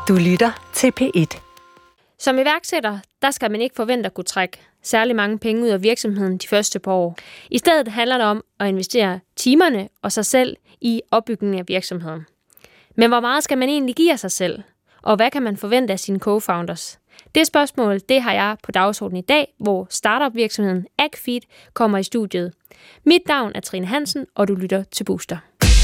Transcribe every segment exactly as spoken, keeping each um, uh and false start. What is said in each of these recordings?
Du lytter til P et. Som iværksætter, der skal man ikke forvente at kunne trække særlig mange penge ud af virksomheden de første par år. I stedet handler det om at investere timerne og sig selv i opbygningen af virksomheden. Men hvor meget skal man egentlig give af sig selv? Og hvad kan man forvente af sine co-founders? Det spørgsmål, det har jeg på dagsordenen i dag, hvor startup-virksomheden Agfeed kommer i studiet. Mit navn er Trine Hansen, og du lytter til Booster.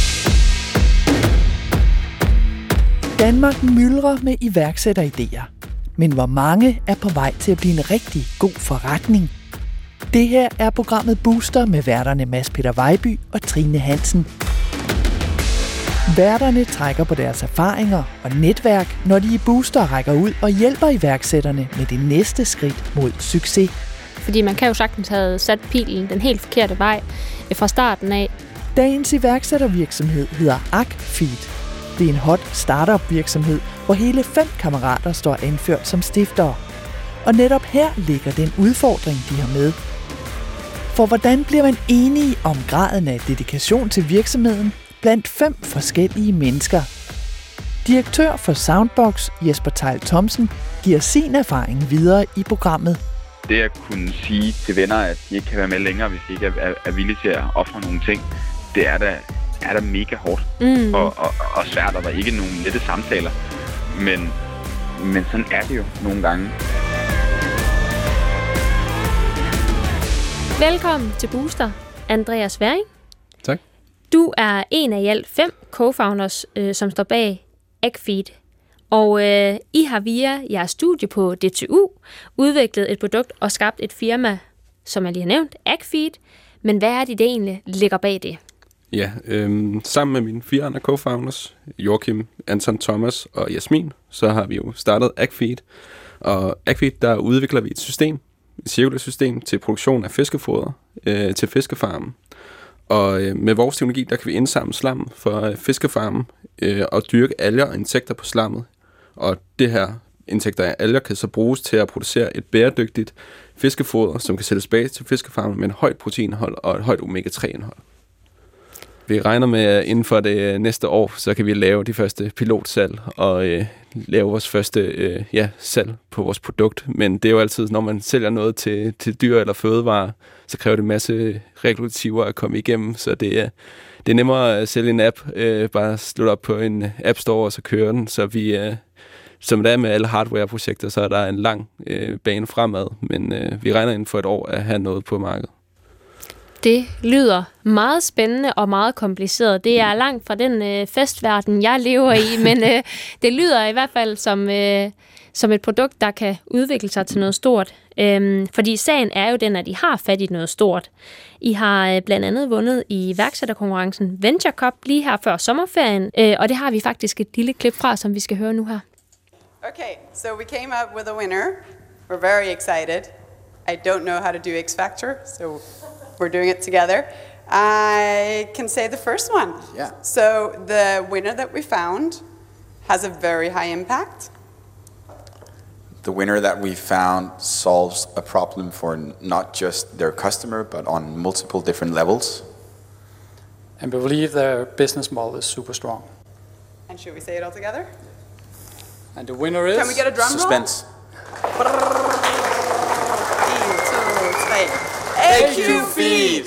Danmark myldrer med iværksætteridéer. Men hvor mange er på vej til at blive en rigtig god forretning? Det her er programmet Booster med værterne Mads Peter Vejby og Trine Hansen. Værterne trækker på deres erfaringer og netværk, når de i Booster rækker ud og hjælper iværksætterne med det næste skridt mod succes. Fordi man kan jo sagtens have sat pilen den helt forkerte vej fra starten af. Dagens iværksættervirksomhed hedder Agfeed. Det er en hot startup-virksomhed, hvor hele fem kammerater står anført som stiftere. Og netop her ligger den udfordring, de har med. For hvordan bliver man enige om graden af dedikation til virksomheden blandt fem forskellige mennesker? Direktør for Soundbox, Jesper Theil Thomsen, giver sin erfaring videre i programmet. Det at kunne sige til venner, at de ikke kan være med længere, hvis de ikke er, er villige til at ofre nogle ting, det er da, er da mega hårdt mm. og, og, og svært, og der er ikke nogen lette samtaler. Men, men sådan er det jo nogle gange. Velkommen til Booster, Andreas Werring. Tak. Du er en af i alt fem co-founders, øh, som står bag Agfeed. Og øh, I har via jeres studie på D T U udviklet et produkt og skabt et firma, som jeg lige har nævnt, Agfeed. Men hvad er det, det egentlig ligger bag det? Ja, øhm, sammen med mine fire andre co-founders, Joachim, Anton, Thomas og Jasmin, så har vi jo startet Agfeed. Og Agfeed, der udvikler vi et system, et cirkulært system til produktion af fiskefoder øh, til fiskefarmen. Og øh, med vores teknologi, der kan vi indsamle slam fra øh, fiskefarmen øh, og dyrke alger og insekter på slammet. Og det her insekter af alger kan så bruges til at producere et bæredygtigt fiskefoder, som kan sælges tilbage til fiskefarmen med et højt proteinindhold og et højt omega tre indhold. Vi regner med, at inden for det næste år, så kan vi lave de første pilotsalg og øh, lave vores første øh, ja, salg på vores produkt. Men det er jo altid, når man sælger noget til, til dyr eller fødevarer, så kræver det en masse regulativer at komme igennem. Så det er, det er nemmere at sælge en app, øh, bare slutte op på en app store og så køre den. Så vi, øh, som det er med alle hardware-projekter, så er der en lang øh, bane fremad. Men øh, vi regner inden for et år at have noget på markedet. Det lyder meget spændende og meget kompliceret. Det er langt fra den øh, festverden, jeg lever i, men øh, det lyder i hvert fald som, øh, som et produkt, der kan udvikle sig til noget stort. Øhm, fordi sagen er jo den, at I har fat i noget stort. I har øh, blandt andet vundet i iværksætterkonkurrencen Venture Cup lige her før sommerferien, øh, og det har vi faktisk et lille klip fra, som vi skal høre nu her. Okay, so we came up with a winner. We're very excited. I don't know how to do X Factor, so we're doing it together. I can say the first one. Yeah. So the winner that we found has a very high impact. The winner that we found solves a problem for not just their customer, but on multiple different levels. And we believe their business model is super strong. And should we say it all together? And the winner is... Can we get a drum Suspense. roll? En, to, tre. Agfeed!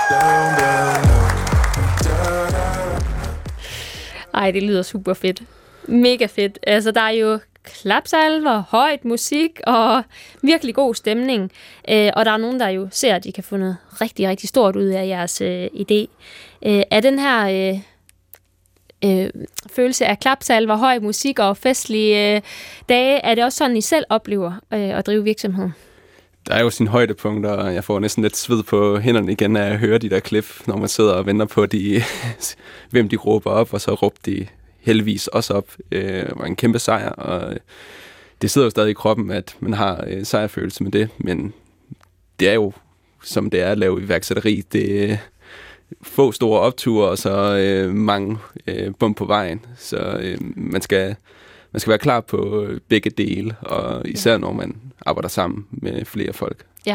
Ej, det lyder super fedt. Mega fedt. Altså, der er jo klapsalver, højt musik og virkelig god stemning. Øh, og der er nogen, der jo ser, at de kan få noget rigtig, rigtig stort ud af jeres øh, idé. Øh, er den her øh, øh, følelse af klapsalver, høj musik og festlige øh, dage, er det også sådan, I selv oplever øh, at drive virksomheden? Der er jo sine højdepunkter, og jeg får næsten lidt sved på hænderne igen af at høre de der klip, når man sidder og venter på, de, hvem de råber op, og så råber de heldigvis også op. Det var en kæmpe sejr, og det sidder jo stadig i kroppen, at man har sejrfølelse med det, men det er jo, som det er at lave iværksætteri, det er få store opture, og så øh, mange øh, bump på vejen, så øh, man skal... Man skal være klar på begge dele, og især når man arbejder sammen med flere folk. Ja.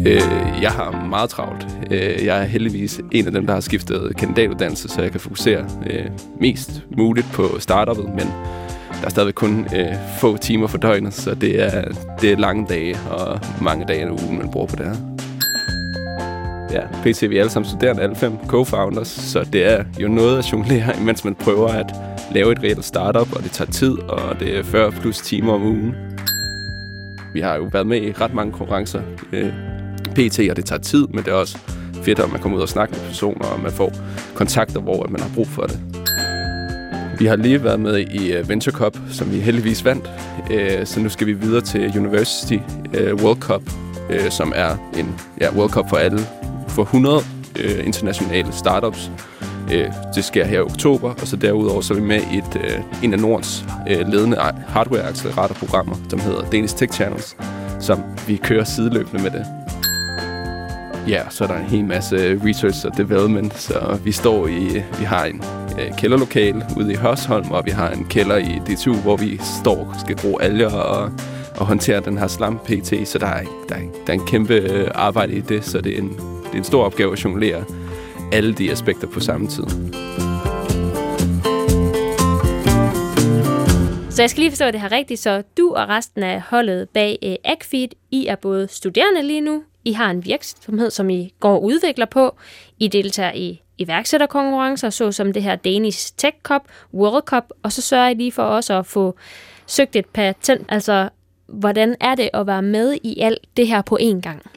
Øh, jeg har meget travlt. Øh, jeg er heldigvis en af dem, der har skiftet kandidatuddannelse, så jeg kan fokusere øh, mest muligt på startuppet, men der er stadigvæk kun øh, få timer for døgnet, så det er, det er lange dage og mange dage i ugen, man bruger på det her. Ja, P T vi er alle sammen studerende, alle fem co-founders, så det er jo noget at jonglere, mens man prøver at lave et reelt startup, og det tager tid, og det er fyrre plus timer om ugen. Vi har jo været med i ret mange konkurrencer øh, P T, og det tager tid, men det er også fedt, at man kommer ud og snakker med personer, og man får kontakter, hvor man har brug for det. Vi har lige været med i uh, Venture Cup, som vi heldigvis vandt, uh, så nu skal vi videre til University uh, World Cup, uh, som er en ja, World Cup for alle, for hundrede uh, internationale startups. Uh, det sker her i oktober, og så derudover så er vi med i et, uh, en af Nordens uh, ledende hardware-acceleratorprogrammer, som hedder Danish Tech Channels, som vi kører sideløbende med det. Ja, så er der en hel masse research og development, så vi står i, vi har en øh, kælderlokale ude i Hørsholm, og vi har en kælder i D to, hvor vi står og skal gro alger og, og håndtere den her slam P T, så der er, der er, der er en kæmpe øh, arbejde i det, så det er, en, det er en stor opgave at jonglere alle de aspekter på samme tid. Så jeg skal lige forstå det her rigtigt, så du og resten af holdet bag øh, Agfeed, I er både studerende lige nu, I har en virksomhed, som I går og udvikler på. I deltager i iværksætterkonkurrencer, såsom det her Danish Tech Cup, World Cup, og så sørger I lige for også at få søgt et patent. Altså, hvordan er det at være med i alt det her på én gang?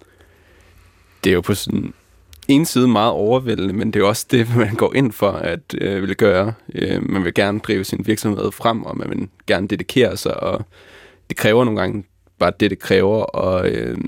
Det er jo på sådan en side meget overvældende, men det er også det, man går ind for at øh, ville gøre. Øh, man vil gerne drive sin virksomhed frem, og man vil gerne dedikere sig, og det kræver nogle gange bare det, det kræver, og øh,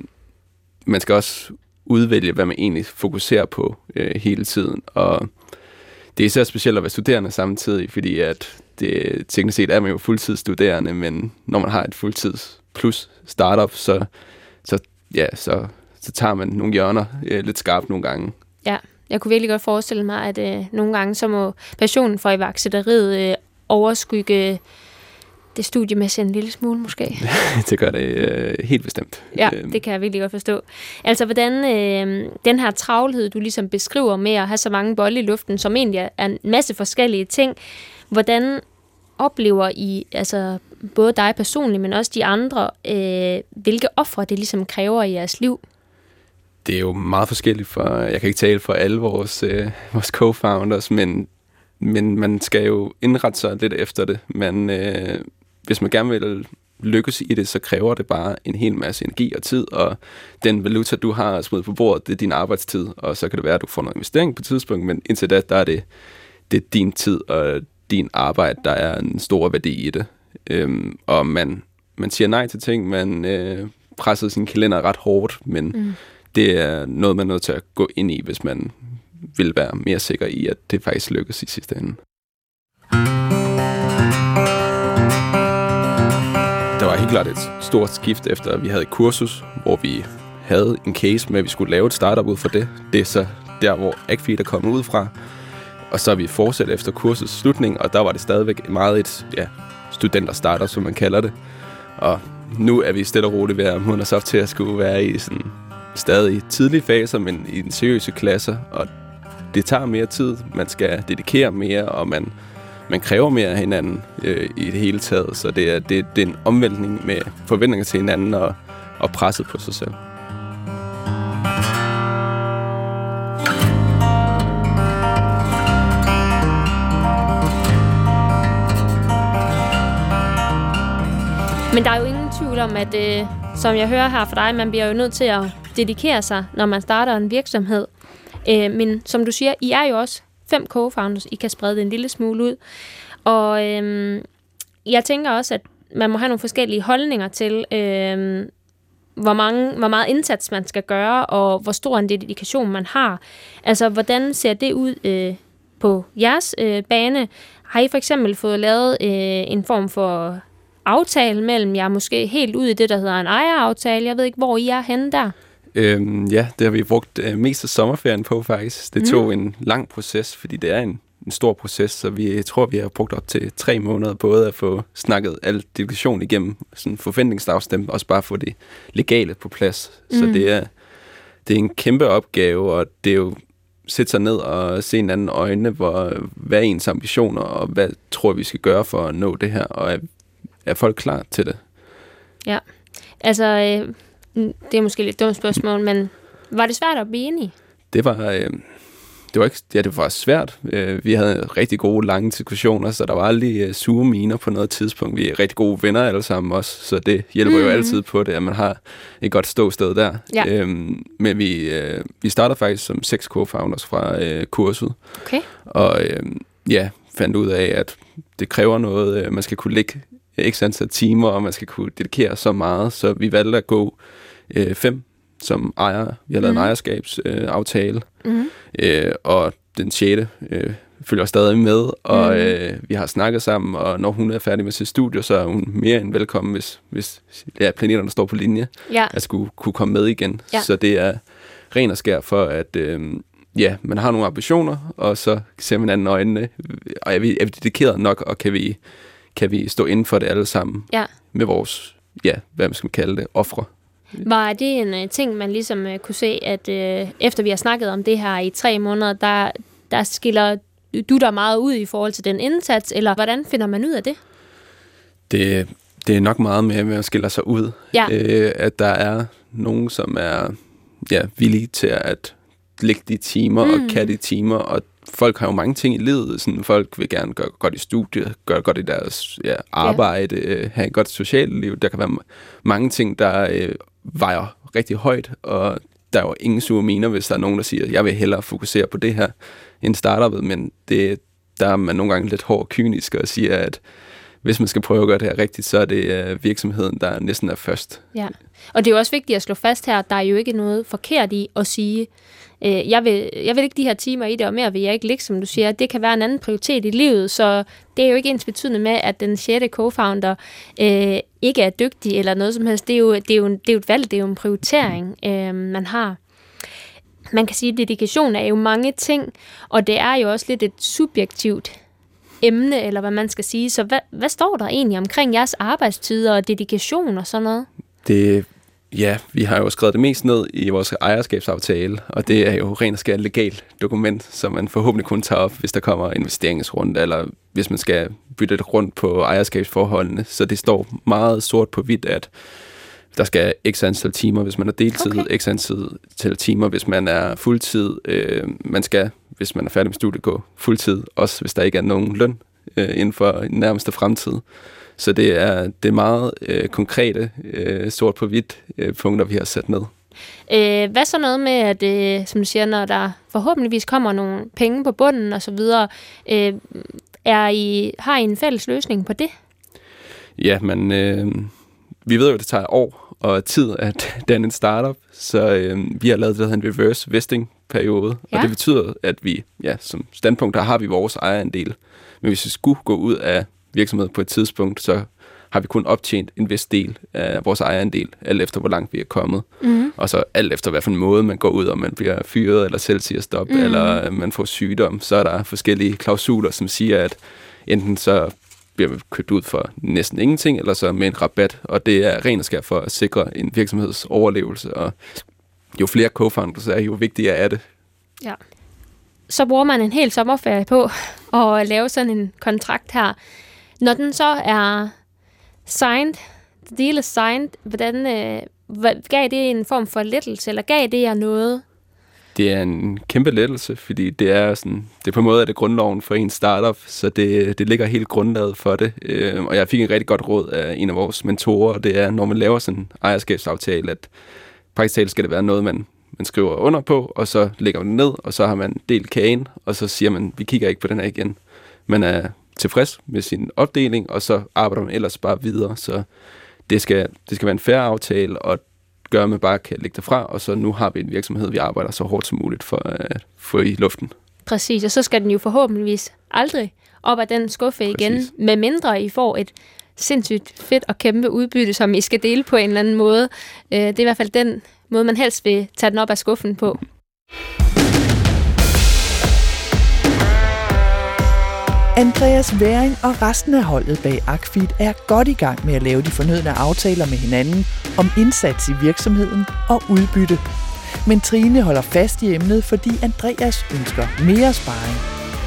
man skal også udvælge, hvad man egentlig fokuserer på øh, hele tiden. Og det er især specielt at være studerende samtidig, fordi at det, teknisk set er man jo fuldtidsstuderende, men når man har et fuldtids plus startup, så, så, ja, så, så tager man nogle hjørner øh, lidt skarpt nogle gange. Ja, jeg kunne virkelig godt forestille mig, at øh, nogle gange så må passionen for iværksætteriet øh, overskygge det studiemæssigt en lille smule, måske. Det gør det øh, helt bestemt. Ja, det kan jeg virkelig godt forstå. Altså, hvordan øh, den her travlhed, du ligesom beskriver med at have så mange bolde i luften, som egentlig er en masse forskellige ting, hvordan oplever I, altså både dig personligt, men også de andre, øh, hvilke ofre det ligesom kræver i jeres liv? Det er jo meget forskelligt, for jeg kan ikke tale for alle vores, øh, vores co-founders, men, men man skal jo indrette sig lidt efter det. Man... Øh, Hvis man gerne vil lykkes i det, så kræver det bare en hel masse energi og tid, og den valuta, du har smidt på bordet, det er din arbejdstid, og så kan det være, at du får noget investering på et tidspunkt, men indtil da, der er det, det er din tid og din arbejde, der er en stor værdi i det. Øhm, og man, man siger nej til ting, man øh, presser sin kalender ret hårdt, men mm. det er noget, man er nødt til at gå ind i, hvis man vil være mere sikker i, at det faktisk lykkes i sidste ende. Der var helt klart et stort skift efter, at vi havde et kursus, hvor vi havde en case med, at vi skulle lave et startup ud for det. Det er så der, hvor Agfeed er kommet ud fra. Og så er vi fortsat efter kursets slutning, og der var det stadigvæk meget et ja, studenter-startup, som man kalder det. Og nu er vi stille og roligt ved at modne os op til at skulle være i sådan stadig tidlige faser, men i den seriøse klasse. Og det tager mere tid, man skal dedikere mere, og man... Man kræver mere af hinanden øh, i det hele taget, så det er, det, det er en omvæltning med forventninger til hinanden og, og presset på sig selv. Men der er jo ingen tvivl om, at øh, som jeg hører her fra dig, man bliver jo nødt til at dedikere sig, når man starter en virksomhed. Øh, men som du siger, I er jo også fem co-founders, I kan sprede det en lille smule ud. Og øhm, jeg tænker også, at man må have nogle forskellige holdninger til, øhm, hvor, mange, hvor meget indsats man skal gøre, og hvor stor en dedikation man har. Altså, hvordan ser det ud øh, på jeres øh, bane? Har I for eksempel fået lavet øh, en form for aftale mellem jer, måske helt ud i det, der hedder en ejeraftale? Jeg ved ikke, hvor I er henne der. Øhm, ja, det har vi brugt øh, mest af sommerferien på faktisk. Det tog mm. en lang proces, fordi det er en, en stor proces, så vi jeg tror, vi har brugt op til tre måneder både at få snakket al dedikation igennem, sådan forventningsafstemt, også bare få det legale på plads. Mm. Så det er, det er en kæmpe opgave, og det er jo sætte sig ned og se en anden øjne, hvor, hvad er ens ambitioner, og hvad tror vi skal gøre for at nå det her, og er, er folk klar til det? Ja, altså, øh, det er måske lidt et dumt spørgsmål, men var det svært at blive enige? Det var, øh, det var ikke, ja, det var svært. Øh, vi havde rigtig gode, lange diskussioner, så der var aldrig øh, sure miner på noget tidspunkt. Vi er rigtig gode venner alle sammen også, så det hjælper mm-hmm. jo altid på det, at man har et godt ståsted der. Ja. Øhm, men vi, øh, vi startede faktisk som seks co-founders fra øh, kurset. Okay. Og øh, ja, fandt ud af, at det kræver noget. Øh, man skal kunne lægge x antal timer, og man skal kunne dedikere så meget. Så vi valgte at gå øh, fem som ejer. Vi har lavet mm. en ejerskabsaftale. Øh, mm. øh, og den sjette øh, følger stadig med, og mm. øh, vi har snakket sammen, og når hun er færdig med sit studie, så er hun mere end velkommen, hvis, hvis ja, planeterne står på linje, ja. at skulle kunne komme med igen. Ja. Så det er ren og skær for, at øh, ja, man har nogle ambitioner, og så ser man anden øjnene, og er vi, er vi dedikeret nok, og kan vi, kan vi stå inden for det alle sammen ja. med vores, ja, hvad skal man kalde det, ofre. Var det en uh, ting, man ligesom uh, kunne se, at uh, efter vi har snakket om det her i tre måneder, der, der skiller du der meget ud i forhold til den indsats, eller hvordan finder man ud af det? Det, det er nok meget med, at man skiller sig ud. Ja. Øh, at der er nogen, som er ja, villige til at lægge de timer mm. og kan de timer, og folk har jo mange ting i livet. Sådan, folk vil gerne gøre godt i studiet, gøre godt i deres ja, arbejde, yeah. have et godt socialt liv. Der kan være mange ting, der øh, vejer rigtig højt, og der er jo ingen sure miner, hvis der er nogen, der siger, jeg vil hellere fokusere på det her end startupet, men det, der er man nogle gange lidt hård og kynisk og siger, at hvis man skal prøve at gøre det her rigtigt, så er det øh, virksomheden, der næsten er først. Ja, og det er jo også vigtigt at slå fast her, at der er jo ikke noget forkert i at sige, øh, jeg, vil, jeg vil ikke de her timer i det, og mere vil jeg ikke ligge, som du siger. Det kan være en anden prioritet i livet, så det er jo ikke ensbetydende med, at den sjette co-founder øh, ikke er dygtig eller noget som helst. Det er jo, det er jo, det er jo et valg, det er jo en prioritering, øh, man har. Man kan sige, at dedikation er jo mange ting, og det er jo også lidt et subjektivt emne, eller hvad man skal sige. Så hvad, hvad står der egentlig omkring jeres arbejdstider og dedikation og sådan noget? Det, ja, vi har jo skrevet det mest ned i vores ejerskabsaftale, og det er jo rent og skær et legalt dokument, som man forhåbentlig kun tager op, hvis der kommer investeringsrunde, eller hvis man skal bytte det rundt på ejerskabsforholdene. Så det står meget sort på hvidt, at der skal x antal timer, hvis man er deltid, okay. x antal timer, hvis man er fuldtid. Øh, man skal, hvis man er færdig med studiet, gå fuldtid, også hvis der ikke er nogen løn øh, inden for den nærmeste fremtid. Så det er, det er meget øh, konkrete, øh, sort på hvidt øh, punkter, vi har sat ned. Øh, hvad så noget med, at øh, som du siger, når der forhåbentligvis kommer nogle penge på bunden og så videre, øh, er I, har I en fælles løsning på det? Ja, men øh, vi ved jo, at det tager år og tid at danne en startup, så øh, vi har lavet det, der hedder en reverse vesting-periode, ja. Og det betyder, at vi, ja, som standpunkt, der har vi vores ejerandel. Men hvis vi skulle gå ud af virksomheden på et tidspunkt, så har vi kun optjent en vis del af vores ejerandel, alt efter hvor langt vi er kommet. Mm. Og så alt efter, hvad for en måde man går ud, om man bliver fyret, eller selv siger stop, mm. eller man får sygdom, så er der forskellige klausuler, som siger, at enten så bliver vi købt ud for næsten ingenting, eller så med en rabat, og det er ren og skær for at sikre en virksomheds overlevelse, og jo flere co-founders er, jo vigtigere er det. Ja. Så bruger man en hel sommerferie på at lave sådan en kontrakt her. Når den så er signed, the deal is signed, hvordan øh, gav det en form for lettelse, eller gav det jer noget? Det er en kæmpe lettelse, fordi det er sådan, det er på en måde, at det er grundloven for en startup, så det, det ligger helt grundlaget for det. Øh, og jeg fik en rigtig godt råd af en af vores mentorer, og det er, når man laver sådan en ejerskabsaftale, at praktisk talt skal det være noget, man, man skriver under på, og så lægger man ned, og så har man delt kagen, og så siger man, vi kigger ikke på den her igen. Man er tilfreds med sin opdeling, og så arbejder man ellers bare videre, så det skal, det skal være en fair aftale, og gør, at man bare kan lægge det fra, og så nu har vi en virksomhed, vi arbejder så hårdt som muligt for at få i luften. Præcis, og så skal den jo forhåbentligvis aldrig op af den skuffe igen, Præcis. Med mindre I får et sindssygt fedt og kæmpe udbytte, som I skal dele på en eller anden måde. Det er i hvert fald den måde, man helst vil tage den op af skuffen på. Andreas Væring og resten af holdet bag Akfeed er godt i gang med at lave de fornødne aftaler med hinanden om indsats i virksomheden og udbytte. Men Trine holder fast i emnet, fordi Andreas ønsker mere sparring.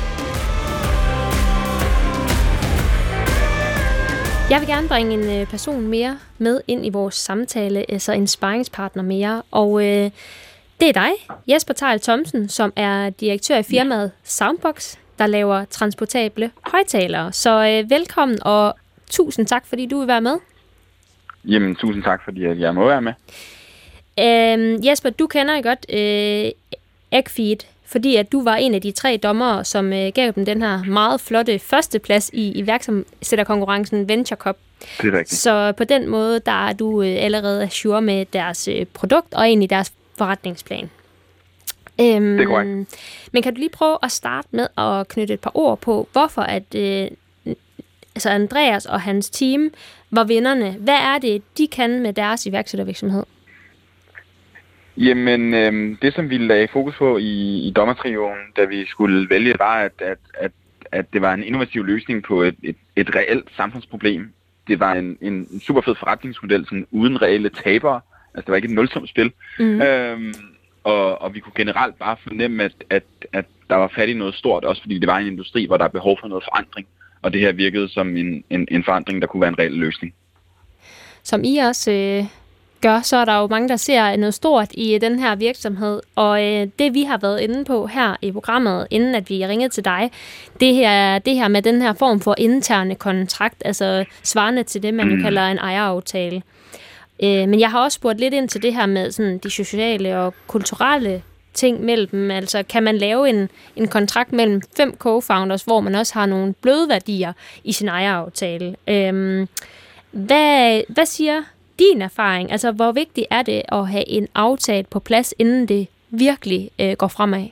Jeg vil gerne bringe en person mere med ind i vores samtale, altså en sparringspartner mere. Og øh, det er dig, Jesper Theil Thomsen, som er direktør i firmaet Soundbox, der laver transportable højttalere. Så øh, velkommen, og tusind tak, fordi du vil være med. Jamen, tusind tak, fordi jeg må være med. Øh, Jesper, du kender jo godt øh, Agfeed, fordi at du var en af de tre dommere, som øh, gav dem den her meget flotte førsteplads i iværksætterkonkurrencen Venture Cup. Det er rigtigt. Så på den måde, der er du øh, allerede ajour med deres øh, produkt og egentlig deres forretningsplan. Øhm, det er korrekt. Men kan du lige prøve at starte med at knytte et par ord på, hvorfor at øh, altså Andreas og hans team var vinderne? Hvad er det, de kan med deres iværksættervirksomhed? Jamen, øh, det som vi lagde fokus på i, i dommertrioen, da vi skulle vælge, var, at, at, at, at det var en innovativ løsning på et, et, et reelt samfundsproblem. Det var en, en super fed forretningsmodel, sådan uden reelle tabere. Altså, det var ikke et nulsomt spil. Mm. Øhm, og, og vi kunne generelt bare fornemme, at, at, at der var fat i noget stort, også fordi det var en industri, hvor der er behov for noget forandring. Og det her virkede som en, en, en forandring, der kunne være en reel løsning. Som I også øh, gør, så er der jo mange, der ser noget stort i den her virksomhed. Og øh, det, vi har været inde på her i programmet, inden at vi ringede til dig, det her, det her med den her form for interne kontrakt, altså svarende til det, man mm. jo kalder en ejeraftale. Øh, men jeg har også spurgt lidt ind til det her med sådan, de sociale og kulturelle ting mellem dem. Altså, kan man lave en, en kontrakt mellem fem co-founders, hvor man også har nogle bløde værdier i sin ejeraftale? Øhm, hvad, hvad siger din erfaring? Altså, hvor vigtigt er det at have en aftale på plads, inden det virkelig øh, går fremad?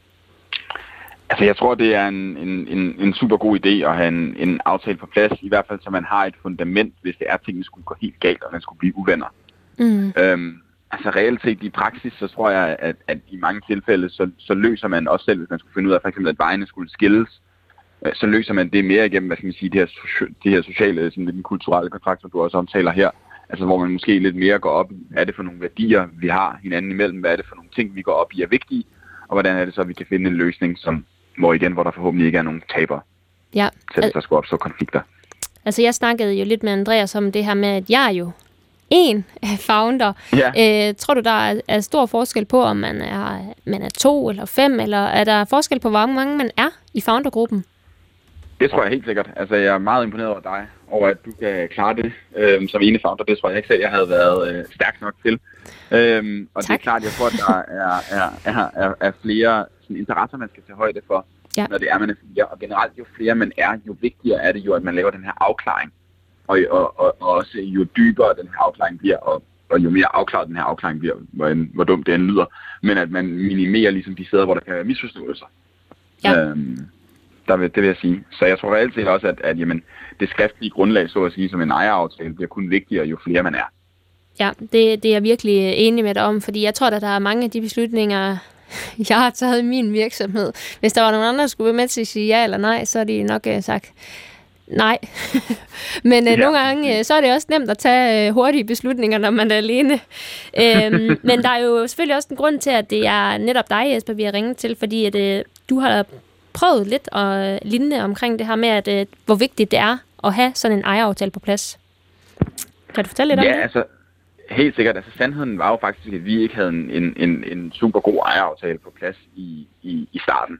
Altså, jeg tror, det er en, en, en, en super god idé at have en, en aftale på plads, i hvert fald så man har et fundament, hvis det er, at tingene skulle gå helt galt, og man skulle blive uvenner. Mm. Øhm, altså, reelt set i praksis, så tror jeg, at, at i mange tilfælde, så, så løser man også selv, hvis man skulle finde ud af, for eksempel, at vejene skulle skilles, øh, så løser man det mere igennem, hvad skal man sige, det her, det her sociale, sådan den kulturelle kontrakt, som du også omtaler her. Altså, hvor man måske lidt mere går op i, hvad er det for nogle værdier, vi har hinanden imellem, hvad er det for nogle ting, vi går op i er vigtige, og hvordan er det så, at vi kan finde en løsning, som hvor igen, hvor der forhåbentlig ikke er nogen tabere, ja. Til at der skulle opstå konflikter. Altså, jeg snakkede jo lidt med Andreas om det her med, at jeg er jo en founder. Ja. Øh, tror du, der er, er stor forskel på, om man er, man er to eller fem, eller er der forskel på, hvor mange man er i foundergruppen? Det tror jeg helt sikkert. Altså, jeg er meget imponeret over dig, over at du kan klare det øh, som ene founder. Det tror jeg ikke selv, jeg havde været øh, stærk nok til. Øh, og tak. Det er klart, jeg tror, at der er, er, er, er, er flere sådan, interesser, man skal tage højde for, ja. Når det er, man er flere. Og generelt, jo flere man er, jo vigtigere er det jo, at man laver den her afklaring. Og, og, og, og også jo dybere den her afklaring bliver, og, og jo mere afklaret den her afklaring bliver, hvor, hvor dumt det end lyder. Men at man minimerer ligesom de steder, hvor der kan være misforståelser. Ja. Øhm, der vil, det vil jeg sige. Så jeg tror reelt set også, at, at jamen, det skriftlige grundlag, så at sige, som en ejeraftale, bliver kun vigtigere, jo flere man er. Ja, det, det er jeg virkelig enig med dig om, fordi jeg tror, at der er mange af de beslutninger, jeg har taget i min virksomhed. Hvis der var nogen andre, der skulle være med til at sige ja eller nej, så er de nok uh, sagt nej. Men uh, ja. Nogle gange, uh, så er det også nemt at tage uh, hurtige beslutninger, når man er alene. um, men der er jo selvfølgelig også en grund til, at det er netop dig, Jesper, vi har ringet til, fordi at, uh, du har prøvet lidt at lignende omkring det her med, at, uh, hvor vigtigt det er at have sådan en ejeraftale på plads. Kan du fortælle lidt ja, om det? Altså helt sikkert. Altså, sandheden var jo faktisk, at vi ikke havde en, en, en, en super god ejeraftale på plads i, i, i starten.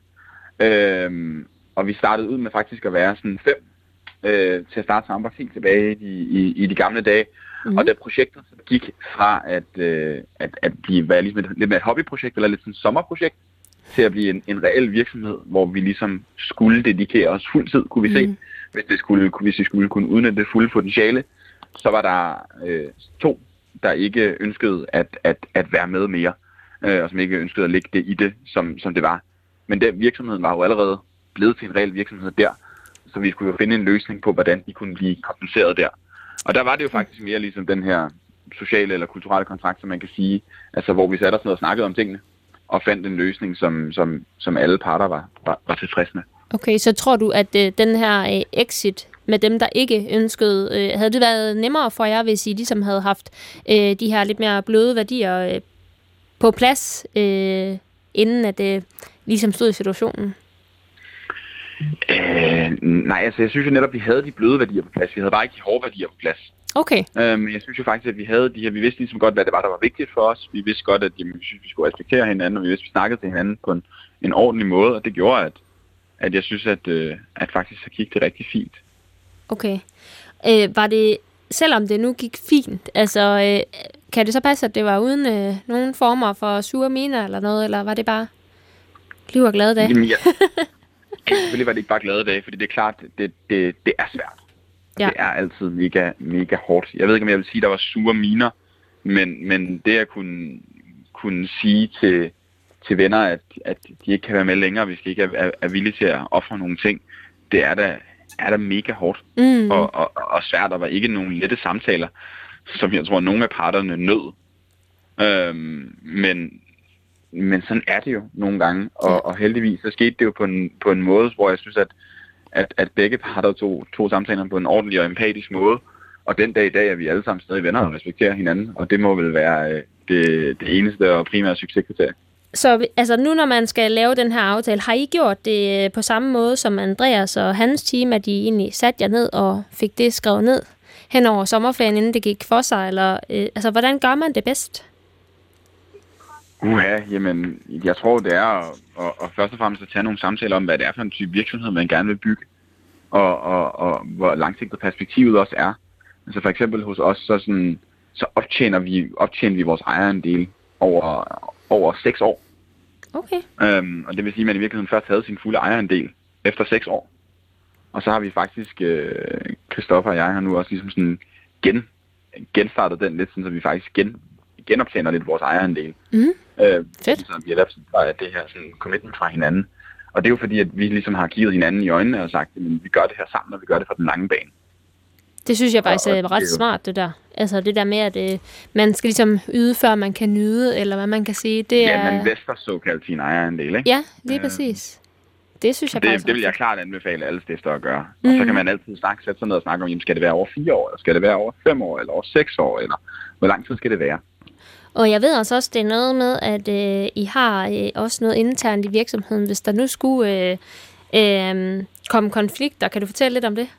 Øhm, og vi startede ud med faktisk at være sådan fem øh, til at starte Soundbox helt tilbage i, i, i de gamle dage. Mm-hmm. Og da projektet så gik fra at, øh, at, at blive være ligesom et, lidt mere et hobbyprojekt, eller lidt sådan et sommerprojekt, til at blive en, en reel virksomhed, hvor vi ligesom skulle dedikere os fuld tid, kunne vi mm-hmm. se. Hvis, det skulle, hvis vi skulle kunne udnytte det fulde potentiale, så var der øh, to, der ikke ønskede at, at, at være med mere, øh, og som ikke ønskede at lægge det i det, som, som det var. Men den virksomheden var jo allerede blevet til en reel virksomhed der, så vi skulle jo finde en løsning på, hvordan de kunne blive kompenseret der. Og der var det jo faktisk mere ligesom den her sociale eller kulturelle kontrakt, som man kan sige, altså hvor vi satte os ned og snakkede om tingene, og fandt en løsning, som, som, som alle parter var, var, var tilfredse med. Okay, så tror du, at øh, den her øh, exit med dem, der ikke ønskede, øh, havde det været nemmere for jer, hvis I ligesom havde haft øh, de her lidt mere bløde værdier øh, på plads, øh, inden at det ligesom stod i situationen? Øh, nej, altså jeg synes jo netop, at vi havde de bløde værdier på plads. Vi havde bare ikke de hårde værdier på plads. Okay. Øh, jeg synes jo faktisk, at vi havde de her, vi vidste ligesom godt, hvad det var, der var vigtigt for os. Vi vidste godt, at jamen, vi synes, vi skulle respektere hinanden, og vi vidste, at vi snakkede til hinanden på en, en ordentlig måde, og det gjorde, at, at jeg synes, at, øh, at faktisk så gik det rigtig fint. Okay. Øh, var det, selvom det nu gik fint, altså øh, kan det så passe, at det var uden øh, nogen former for sure miner eller noget, eller var det bare liv og glade dage? Jamen, ja. Selvfølgelig var det ikke bare glade dage, fordi det er klart, det, det, det er svært. Ja. Det er altid mega, mega hårdt. Jeg ved ikke, om jeg vil sige, at der var sure miner, men, men det at kunne, kunne sige til, til venner, at, at de ikke kan være med længere, hvis de ikke er, er, er villige til at ofre nogle ting, det er da, er da mega hårdt mm. og, og, og svært. Der var ikke nogen lette samtaler, som jeg tror, nogle af parterne nød. Øhm, men, men sådan er det jo nogle gange, og, og heldigvis så skete det jo på en, på en måde, hvor jeg synes, at At, at begge parter tog, tog samtalerne på en ordentlig og empatisk måde. Og den dag i dag er vi alle sammen stadig venner og respekterer hinanden. Og det må vel være øh, det, det eneste og primære succeskriterie. Så altså, nu når man skal lave den her aftale, har I gjort det på samme måde som Andreas og hans team, at de egentlig satte jer ned og fik det skrevet ned hen over sommerferien, inden det gik for sig? Eller, øh, altså, hvordan gør man det bedst? Uha, jamen, jeg tror, det er at, at, at først og fremmest at tage nogle samtaler om, hvad det er for en type virksomhed, man gerne vil bygge, og, og, og hvor langsigtet perspektivet også er. Altså for eksempel hos os, så, sådan, så optjener vi, optjener vi vores ejerandel over, over seks år. Okay. Øhm, og det vil sige, at man i virkeligheden først havde sin fulde ejerandel efter seks år. Og så har vi faktisk, øh, Christoffer og jeg har nu også ligesom sådan gen, genstartet den lidt, sådan, så vi faktisk gen, genoptjener lidt vores ejerandel. Mm. Øh, Fedt. Så vi har lavet sådan, det her sådan, commitment fra hinanden. Og det er jo fordi, at vi ligesom har kigget hinanden i øjnene og sagt, at vi gør det her sammen, og vi gør det for den lange bane. Det synes jeg faktisk og, og er ret det, smart, det der. Altså det der med, at øh, man skal ligesom yde, før man kan nyde, eller hvad man kan sige. Det ja, er... man vester såkaldt sin ejerandel, ikke? Ja, lige øh, præcis. Det synes jeg det, faktisk det vil jeg klart anbefale alle stiftere at gøre. Mm. Og så kan man altid snakke, sætte sig ned og snakke om, jamen, skal det være over fire år, eller skal det være over fem år, eller over seks år, eller hvor lang tid skal det være? Og jeg ved altså også, det er noget med, at øh, I har øh, også noget internt i virksomheden. Hvis der nu skulle øh, øh, komme konflikter, kan du fortælle lidt om det?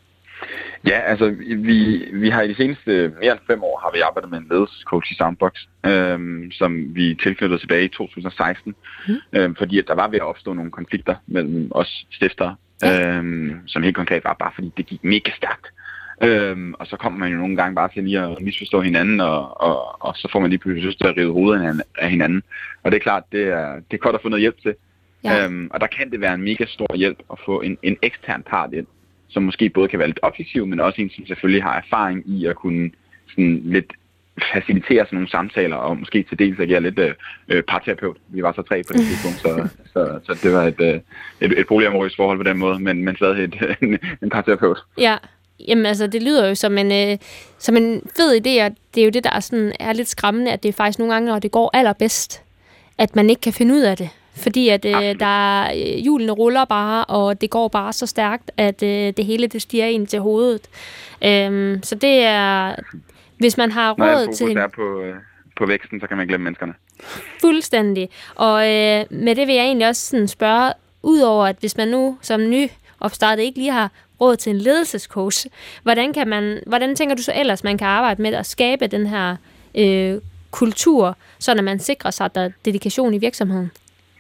Ja, altså vi, vi har i de seneste mere end fem år har vi arbejdet med en ledelsescoach i Soundbox, øhm, som vi tilknyttede tilbage i to tusind og seksten, mm. øhm, fordi at der var ved at opstå nogle konflikter mellem os stiftere, ja. øhm, som helt konkret var bare fordi det gik mega stærkt. Øhm, og så kommer man jo nogle gange bare til lige at misforstå hinanden, og, og, og så får man lige pludselig lyst til at rive hovedet af hinanden. Og det er klart, det er, det er godt at få noget hjælp til. Ja. Øhm, og der kan det være en mega stor hjælp at få en, en ekstern part ind, som måske både kan være lidt objektiv, men også en, som selvfølgelig har erfaring i at kunne sådan lidt facilitere sådan nogle samtaler, og måske til dels agere lidt øh, parterapeut. Vi var så tre på det tidspunkt, så, så, så det var et, øh, et, et polyamorøst forhold på den måde, men, men stadig et, en, en parterapeut. Ja, jamen altså det lyder jo som en, øh, som en fed idé, og det er jo det, der er, sådan, er lidt skræmmende, at det er faktisk nogle gange, når det går allerbedst, at man ikke kan finde ud af det. Fordi at øh, der øh, hjulene ruller bare, og det går bare så stærkt, at øh, det hele det stiger ind til hovedet. Øhm, så det er, hvis man har råd til... Når fokus er på, øh, på væksten, så kan man glemme menneskerne. Fuldstændig. Og øh, med det vil jeg egentlig også sådan spørge, udover at hvis man nu som nyopstartet ikke lige har råd til en ledelsescoach, hvordan, kan man, hvordan tænker du så ellers, man kan arbejde med at skabe den her øh, kultur, så når man sikrer sig, at der er dedikation i virksomheden?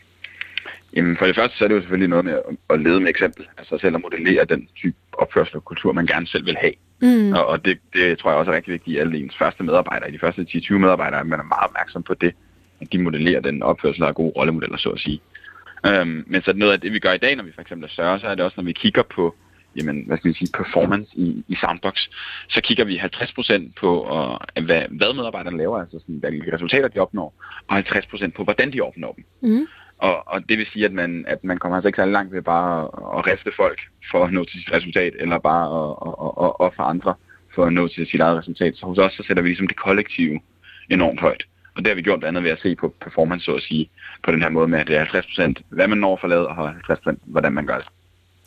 Jamen for det første, så er det jo selvfølgelig noget med at lede med eksempel. Altså selv at modellere den type opførsel og kultur, man gerne selv vil have. Mm. Og, og det, det tror jeg også er rigtig vigtigt i alle ens første medarbejdere, i de første ti til tyve medarbejdere, at man er meget opmærksom på det, at de modellerer den opførsel og er gode rollemodeller, så at sige. Um, men så noget af det, vi gør i dag, når vi for eksempel er større, så er det også, når vi kigger på jamen, hvad skal vi sige, performance i, i Soundbox, så kigger vi halvtreds procent på, uh, hvad, hvad medarbejderne laver, altså sådan, hvilke resultater de opnår, og halvtreds procent på, hvordan de opnår dem. Mm. Og, og det vil sige, at man, at man kommer altså ikke særlig langt ved bare at, at rifte folk for at nå til sit resultat, eller bare at, at, at ofre andre for at nå til sit eget resultat. Så hos os, så sætter vi ligesom det kollektive enormt højt. Og det har vi gjort blandt andet ved at se på performance, så at sige, på den her måde med, at det er halvtreds procent, hvad man når for lavet, og halvtreds procent, hvordan man gør det.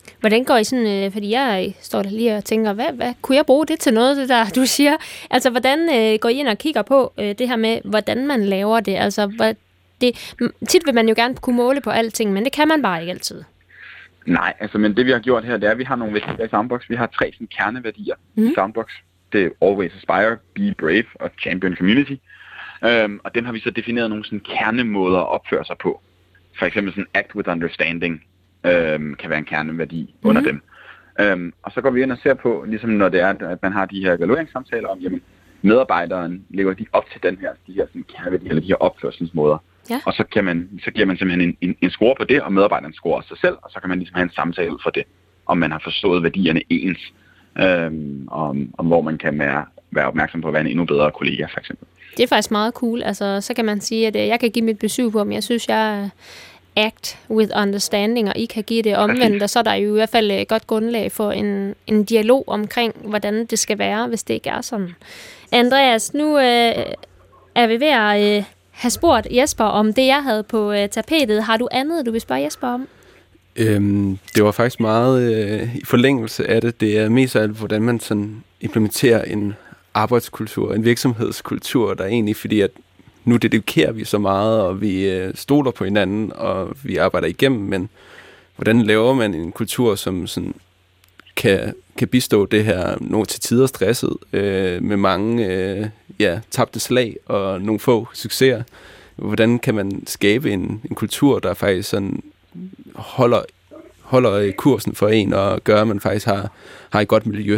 Hvordan går I sådan, øh, fordi jeg står der lige og tænker, hvad, hvad kunne jeg bruge det til noget, det der, du siger? Altså, hvordan øh, går I ind og kigger på øh, det her med, hvordan man laver det? Altså, hvad, det, tit vil man jo gerne kunne måle på alting, men det kan man bare ikke altid. Nej, altså, men det vi har gjort her, det er, at vi har nogle værdier i Soundbox. Vi har tre sådan, kerneværdier mm. i Soundbox. Det er Always Aspire, Be Brave og Champion Community. Um, og dem har vi så defineret nogle sådan, kernemåder at opføre sig på. For eksempel sådan Act with Understanding um, kan være en kerneværdi mm. under dem. Um, og så går vi ind og ser på, ligesom når det er, at man har de her evalueringssamtaler om, jamen, medarbejderen lever de op til den her, de her sådan, kerneværdier, eller de her opførselsmåder. Ja. Og så, kan man, så giver man simpelthen en, en, en score på det, og medarbejderen scorer sig selv, og så kan man ligesom have en samtale ud for det, om man har forstået værdierne ens, øhm, om, om hvor man kan være, være opmærksom på at være en endnu bedre kollega, for eksempel. Det er faktisk meget cool. Altså, så kan man sige, at jeg kan give mit besøg på, om jeg synes, jeg act with understanding, og I kan give det omvendt, og så er der jo i hvert fald et godt grundlag for en, en dialog omkring, hvordan det skal være, hvis det ikke er sådan. Andreas, nu øh, er vi ved at øh, have spurgt Jesper om det, jeg havde på øh, tapetet. Har du andet, du vil spørge Jesper om? Øhm, det var faktisk meget øh, i forlængelse af det. Det er mest af alt, hvordan man sådan implementerer en arbejdskultur, en virksomhedskultur, der er egentlig, fordi at nu dedikerer vi så meget, og vi øh, stoler på hinanden, og vi arbejder igennem, men hvordan laver man en kultur, som sådan kan, kan bistå det her nogle til tider stresset, øh, med mange øh, ja, tabte slag og nogle få succeser. Hvordan kan man skabe en, en kultur, der faktisk sådan holder, holder kursen for en, og gør, at man faktisk har, har et godt miljø?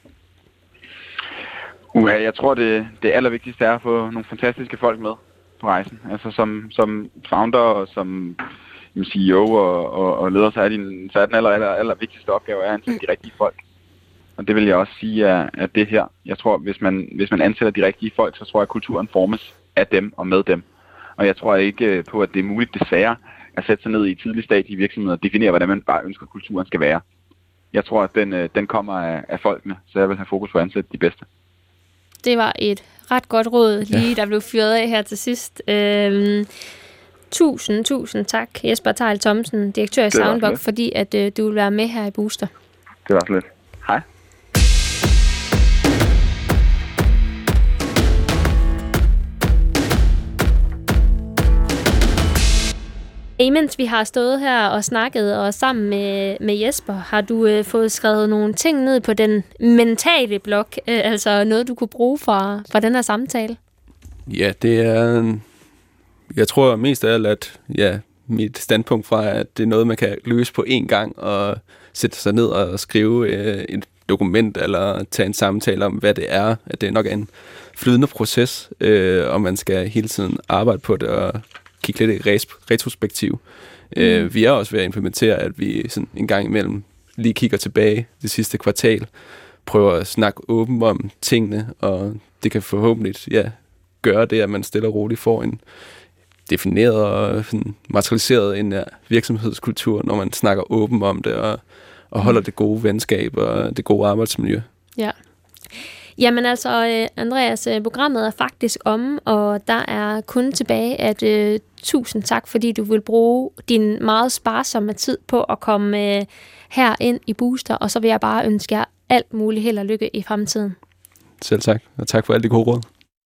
Uha, jeg tror, det, det allervigtigste er at få nogle fantastiske folk med på rejsen. Altså som, som founder og som C E O og, og, og leder, så er, din, så er den aller, aller, aller vigtigste opgave er at ansætte de rigtige folk. Og det vil jeg også sige, at, at det her, jeg tror, hvis man, hvis man ansætter de rigtige folk, så tror jeg, at kulturen formes af dem og med dem. Og jeg tror ikke på, at det er muligt desværre at sætte sig ned i et tidligt stadie i virksomheden og definere, hvordan man bare ønsker, at kulturen skal være. Jeg tror, at den, den kommer af, af folkene, så jeg vil have fokus på at ansætte de bedste. Det var et ret godt råd, lige ja. Der blev fyret af her til sidst. Øhm, tusind, tusind tak, Jesper Theil Thomsen, direktør i Soundbox, fordi at, øh, du vil være med her i Booster. Det var så lidt. Hej. Imens vi har stået her og snakket og sammen med, med Jesper, har du øh, fået skrevet nogle ting ned på den mentale blok, øh, altså noget, du kunne bruge fra, fra den her samtale? Ja, det er... Jeg tror mest af alt, at ja, mit standpunkt fra, at det er noget, man kan løse på én gang og sætte sig ned og skrive øh, et dokument eller tage en samtale om, hvad det er. At det nok er en flydende proces, øh, og man skal hele tiden arbejde på det og kigge lidt i retrospektiv. Mm. Øh, vi er også ved at implementere, at vi sådan en gang imellem lige kigger tilbage det sidste kvartal, prøver at snakke åbent om tingene, og det kan forhåbentlig ja, gøre det, at man stille og roligt får en defineret og sådan materialiseret en ja, virksomhedskultur, når man snakker åbent om det, og, og holder det gode venskab og det gode arbejdsmiljø. Ja. Jamen altså, Andreas, programmet er faktisk om, og der er kun tilbage at uh, tusind tak, fordi du vil bruge din meget sparsomme tid på at komme uh, her ind i Booster, og så vil jeg bare ønske jer alt muligt held og lykke i fremtiden. Selv tak, og tak for alt det gode råd.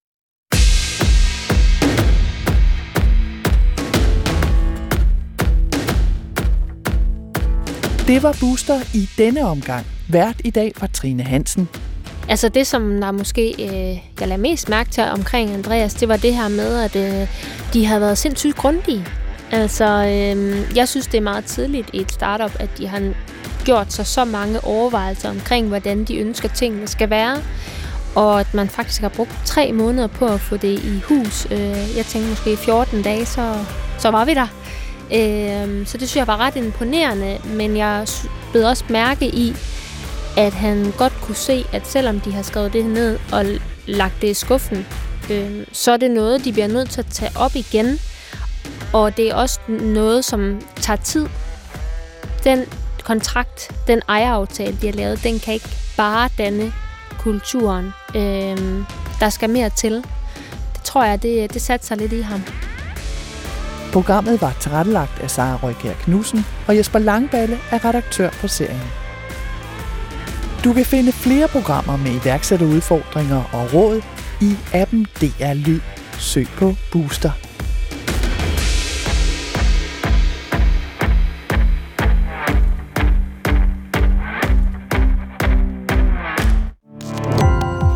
Det var Booster i denne omgang. Vært i dag var Trine Hansen. Altså det, som der måske øh, jeg lader mest mærke til omkring Andreas, det var det her med, at øh, de har været sindssygt grundige. Altså, øh, jeg synes, det er meget tidligt i et startup, at de har gjort sig så mange overvejelser omkring, hvordan de ønsker tingene skal være. Og at man faktisk har brugt tre måneder på at få det i hus. Øh, jeg tænkte måske fjorten dage, så, så var vi der. Øh, så det synes jeg var ret imponerende, men jeg blev også mærke i, at han godt kunne se, at selvom de har skrevet det ned og lagt det i skuffen, øh, så er det noget, de bliver nødt til at tage op igen. Og det er også noget, som tager tid. Den kontrakt, den ejeraftale, de har lavet, den kan ikke bare danne kulturen. Øh, der skal mere til. Det tror jeg, det, det satte sig lidt i ham. Programmet var tilrettelagt af Sara Røykjær Knudsen, og Jesper Langballe er redaktør på serien. Du kan finde flere programmer med iværksætterudfordringer og råd i appen D R Lyd. Søg på Booster.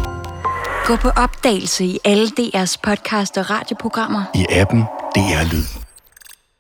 Gå på opdagelse i alle D R's podcast og radioprogrammer. I appen D R Lyd.